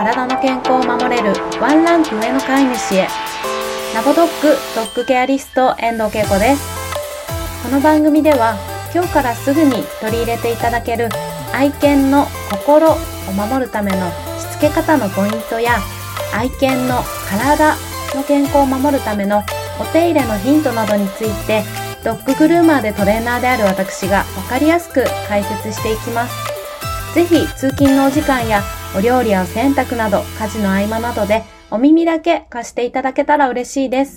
体の健康を守れるワンランク上の飼い主へ。ラボドッグドッグケアリスト遠藤恵子です。この番組では今日からすぐに取り入れていただける愛犬の心を守るためのしつけ方のポイントや、愛犬の体の健康を守るためのお手入れのヒントなどについて、ドッググルーマーでトレーナーである私が分かりやすく解説していきます。ぜひ通勤のお時間やお料理やお洗濯など家事の合間などでお耳だけ貸していただけたら嬉しいです。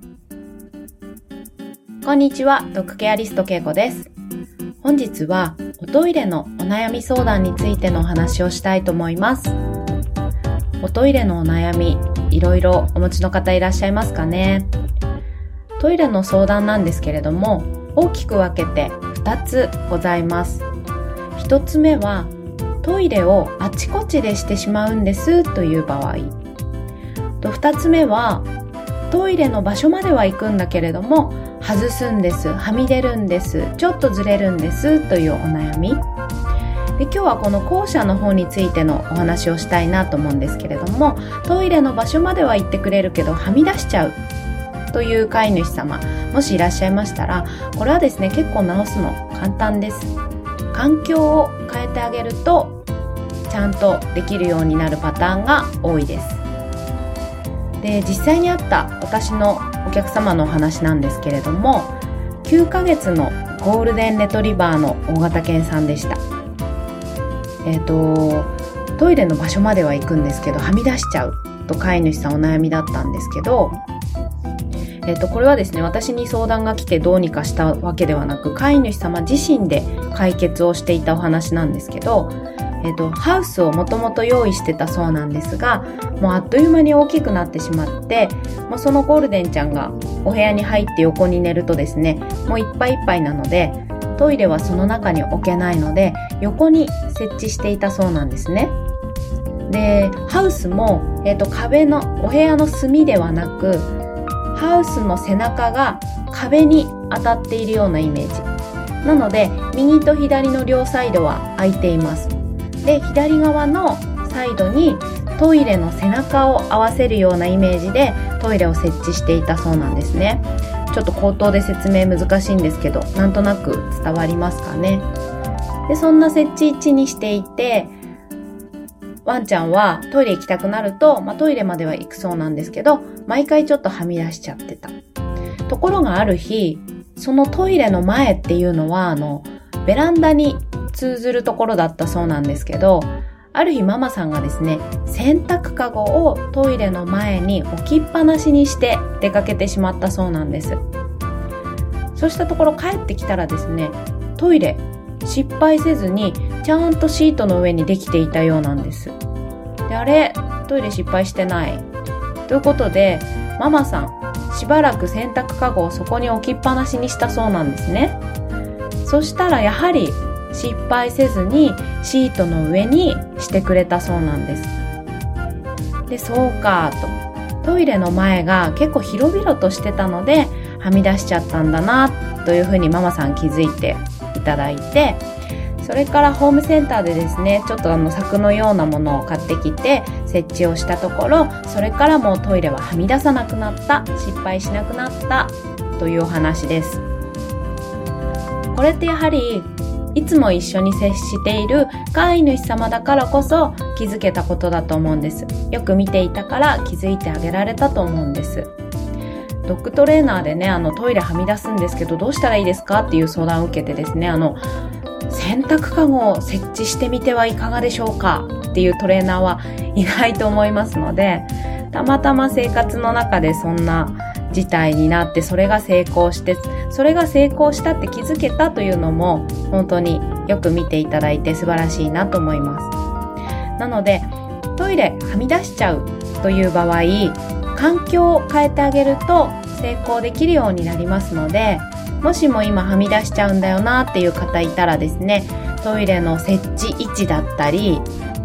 こんにちは、ドッグケアリスト恵子です。本日はおトイレのお悩み相談についてのお話をしたいと思います。おトイレのお悩み、いろいろお持ちの方いらっしゃいますかね。トイレの相談なんですけれども、大きく分けて2つございます。1つ目は、トイレをあちこちでしてしまうんですという場合。2つ目は、トイレの場所までは行くんだけれども、外すんです、はみ出るんです、ちょっとずれるんですというお悩み。で、今日はこの後者の方についてのお話をしたいなと思うんですけれども、トイレの場所までは行ってくれるけどはみ出しちゃうという飼い主様、もしいらっしゃいましたら、これはですね、結構直すの簡単です。環境を変えてあげるとちゃんとできるようになるパターンが多いです。で、実際にあった私のお客様のお話なんですけれども、9ヶ月のゴールデンレトリバーの大型犬さんでした。トイレの場所までは行くんですけどはみ出しちゃうと飼い主さんお悩みだったんですけど、これはですね、私に相談が来てどうにかしたわけではなく、飼い主様自身で解決をしていたお話なんですけど、ハウスをもともと用意してたそうなんですが、もうあっという間に大きくなってしまって、もうそのゴールデンちゃんがお部屋に入って横に寝るとですね、もういっぱいいっぱいなので、トイレはその中に置けないので、横に設置していたそうなんですね。で、ハウスも、壁のお部屋の隅ではなく、ハウスの背中が壁に当たっているようなイメージなので、右と左の両サイドは空いています。で、左側のサイドにトイレの背中を合わせるようなイメージでトイレを設置していたそうなんですね。ちょっと口頭で説明難しいんですけど、なんとなく伝わりますかね。で、そんな設置位置にしていて、ワンちゃんはトイレ行きたくなると、トイレまでは行くそうなんですけど、毎回ちょっとはみ出しちゃってた。ところがある日、そのトイレの前っていうのはベランダに通ずるところだったそうなんですけど、ある日ママさんがですね、洗濯かごをトイレの前に置きっぱなしにして出かけてしまったそうなんです。そうしたところ帰ってきたらですね、トイレ失敗せずにちゃんとシートの上にできていたようなんです。で、あれ、トイレ失敗してないということで、ママさんしばらく洗濯かごをそこに置きっぱなしにしたそうなんですね。そしたらやはり失敗せずにシートの上にしてくれたそうなんです。で、そうかと、トイレの前が結構広々としてたのではみ出しちゃったんだなというふうにママさん気づいていただいて、それからホームセンターでですね、ちょっと柵のようなものを買ってきて設置をしたところ、それからもうトイレははみ出さなくなった、失敗しなくなったというお話です。これってやはりいつも一緒に接している飼い主様だからこそ気づけたことだと思うんです。よく見ていたから気づいてあげられたと思うんです。ドッグトレーナーでね、トイレはみ出すんですけどどうしたらいいですかっていう相談を受けてですね、洗濯かごを設置してみてはいかがでしょうかっていうトレーナーはいないと思いますので、たまたま生活の中でそんな事態になって、それが成功したって気づけたというのも本当によく見ていただいて素晴らしいなと思います。なので、トイレはみ出しちゃうという場合、環境を変えてあげると成功できるようになりますので、もしも今はみ出しちゃうんだよなっていう方いたらですね、トイレの設置位置だったり、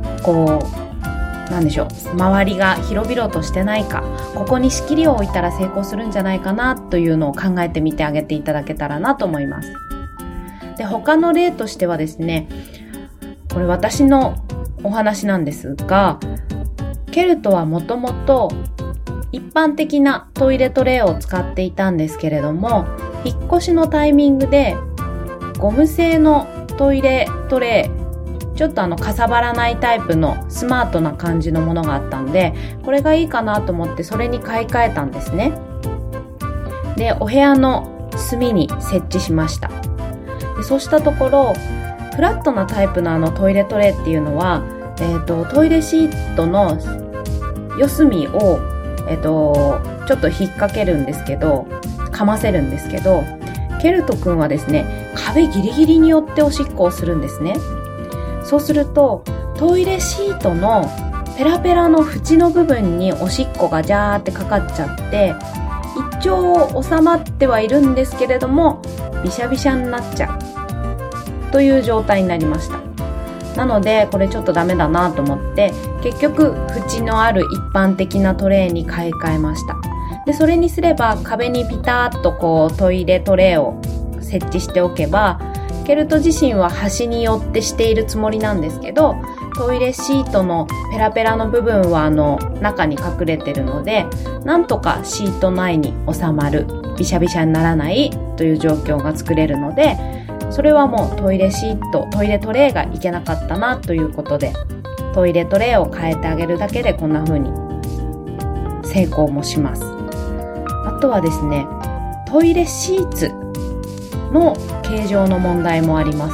周りが広々としてないか、ここに仕切りを置いたら成功するんじゃないかなというのを考えてみてあげていただけたらなと思います。で、他の例としてはですね、これ私のお話なんですが、 ケルトはもともと一般的なトイレトレーを使っていたんですけれども、引っ越しのタイミングでゴム製のトイレトレー、ちょっとかさばらないタイプのスマートな感じのものがあったんで、これがいいかなと思ってそれに買い替えたんですね。で、お部屋の隅に設置しました。で、そうしたところ、フラットなタイプのトイレトレーっていうのは、トイレシートの四隅を、ちょっと引っ掛けるんですけど、かませるんですけど、ケルト君はですね、壁ギリギリによっておしっこをするんですね。そうすると、トイレシートのペラペラの縁の部分におしっこがジャーってかかっちゃって、一応収まってはいるんですけれども、ビシャビシャになっちゃうという状態になりました。なのでこれちょっとダメだなと思って、結局縁のある一般的なトレーに買い替えました。で、それにすれば壁にピタッとトイレトレーを設置しておけば、ケルト自身は端に寄ってしているつもりなんですけど、トイレシートのペラペラの部分は中に隠れてるので、なんとかシート内に収まる、ビシャビシャにならないという状況が作れるので、それはもうトイレシート、トイレトレーがいけなかったなということで、トイレトレーを変えてあげるだけでこんな風に成功もします。あとはですね、トイレシーツの形状の問題もあります。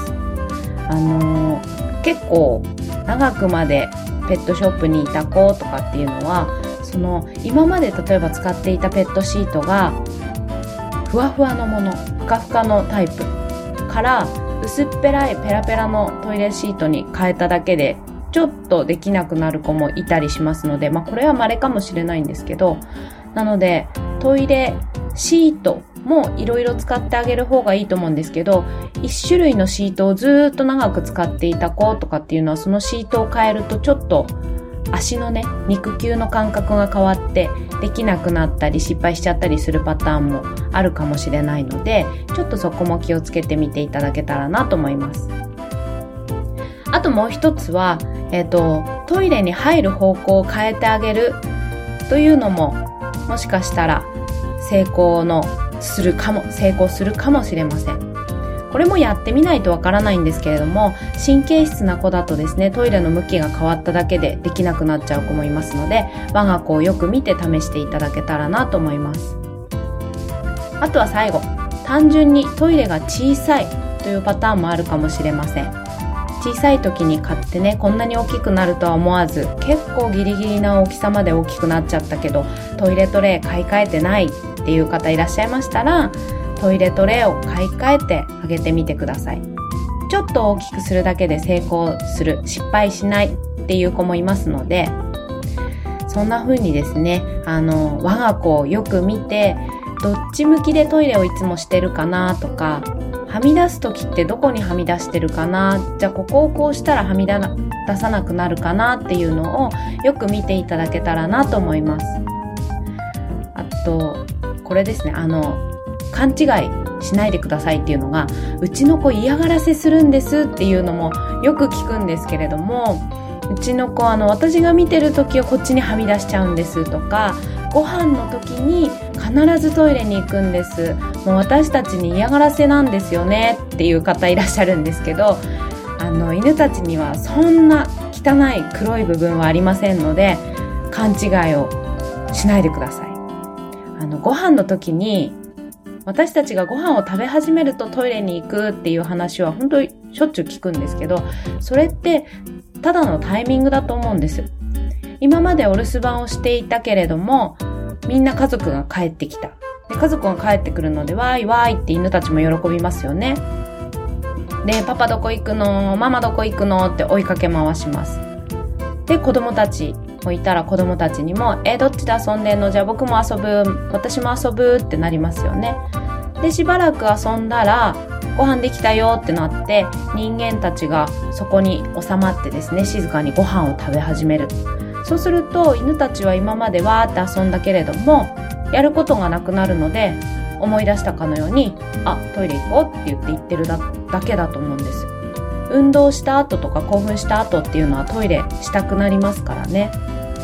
結構長くまでペットショップにいた子とかっていうのは、今まで例えば使っていたペットシートがふわふわのもの、ふかふかのタイプから薄っぺらいペラペラのトイレシートに変えただけでちょっとできなくなる子もいたりしますので、これは稀かもしれないんですけど、なのでトイレシートもいろいろ使ってあげる方がいいと思うんですけど、一種類のシートをずっと長く使っていた子とかっていうのは、そのシートを変えるとちょっと足のね、肉球の感覚が変わってできなくなったり失敗しちゃったりするパターンもあるかもしれないので、ちょっとそこも気をつけてみていただけたらなと思います。あともう一つは、トイレに入る方向を変えてあげるというのも、もしかしたら成功するかもしれません。これもやってみないとわからないんですけれども、神経質な子だとですね、トイレの向きが変わっただけでできなくなっちゃう子もいますので、我が子をよく見て試していただけたらなと思います。あとは最後、単純にトイレが小さいというパターンもあるかもしれません。小さい時に買ってね、こんなに大きくなるとは思わず、結構ギリギリな大きさまで大きくなっちゃったけど、トイレトレー買い替えてないっていう方いらっしゃいましたら、トイレトレーを買い替えてあげてみてください。ちょっと大きくするだけで成功する、失敗しないっていう子もいますので、そんな風にですね、我が子をよく見て、どっち向きでトイレをいつもしてるかなとか、はみ出す時ってどこにはみ出してるかな、じゃあここをこうしたらはみ出さなくなるかなっていうのをよく見ていただけたらなと思います。あと、これですね、勘違いしないでくださいっていうのが、うちの子嫌がらせするんですっていうのもよく聞くんですけれども、うちの子私が見てる時はこっちにはみ出しちゃうんですとか、ご飯の時に必ずトイレに行くんです、もう私たちに嫌がらせなんですよねっていう方いらっしゃるんですけど、犬たちにはそんな汚い黒い部分はありませんので、勘違いをしないでください。ご飯の時に私たちがご飯を食べ始めるとトイレに行くっていう話は本当にしょっちゅう聞くんですけど、それってただのタイミングだと思うんです。今までお留守番をしていたけれども、みんな家族が帰ってきた。で、家族が帰ってくるので、わーいわーいって犬たちも喜びますよね。で、パパどこ行くの？ママどこ行くの？って追いかけ回します。で、子供たちもいたら子供たちにも、どっちで遊んでんの？じゃあ僕も遊ぶ、私も遊ぶってなりますよね。で、しばらく遊んだら、ご飯できたよってなって、人間たちがそこに収まってですね、静かにご飯を食べ始める。そうすると、犬たちは今までわーって遊んだけれども、やることがなくなるので、思い出したかのように、トイレ行こうって言ってるだけだと思うんです。運動した後とか興奮した後っていうのはトイレしたくなりますからね。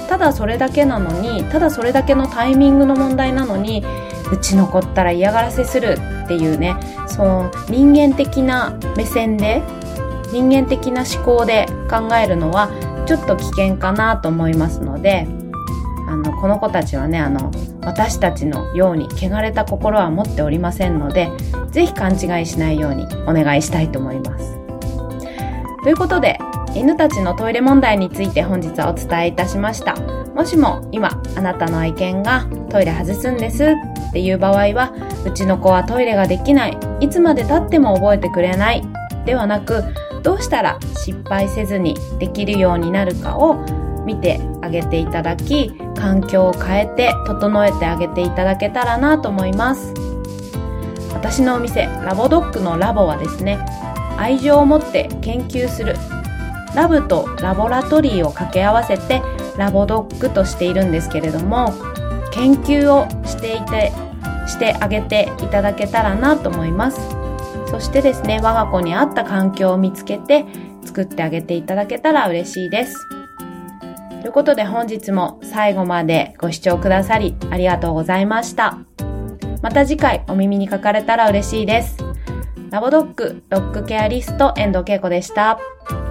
ただそれだけなのに、ただそれだけのタイミングの問題なのに、うちの子ったら嫌がらせするっていうね、そう人間的な目線で、人間的な思考で考えるのはちょっと危険かなと思いますので、この子たちはね、私たちのように汚れた心は持っておりませんので、ぜひ勘違いしないようにお願いしたいと思います。ということで、犬たちのトイレ問題について本日はお伝えいたしました。もしも今あなたの愛犬がトイレ外すんですっていう場合は、うちの子はトイレができない、いつまで経っても覚えてくれないではなく、どうしたら失敗せずにできるようになるかを見てあげていただき、環境を変えて整えてあげていただけたらなと思います。私のお店ラボドッグのラボはですね、愛情を持って研究する、ラブとラボラトリーを掛け合わせてラボドッグとしているんですけれども、研究をしてあげていただけたらなと思います。そしてですね、我が子に合った環境を見つけて作ってあげていただけたら嬉しいです。ということで、本日も最後までご視聴くださりありがとうございました。また次回お耳にかかれたら嬉しいです。ラボドッグドッグケアリスト遠藤恵子でした。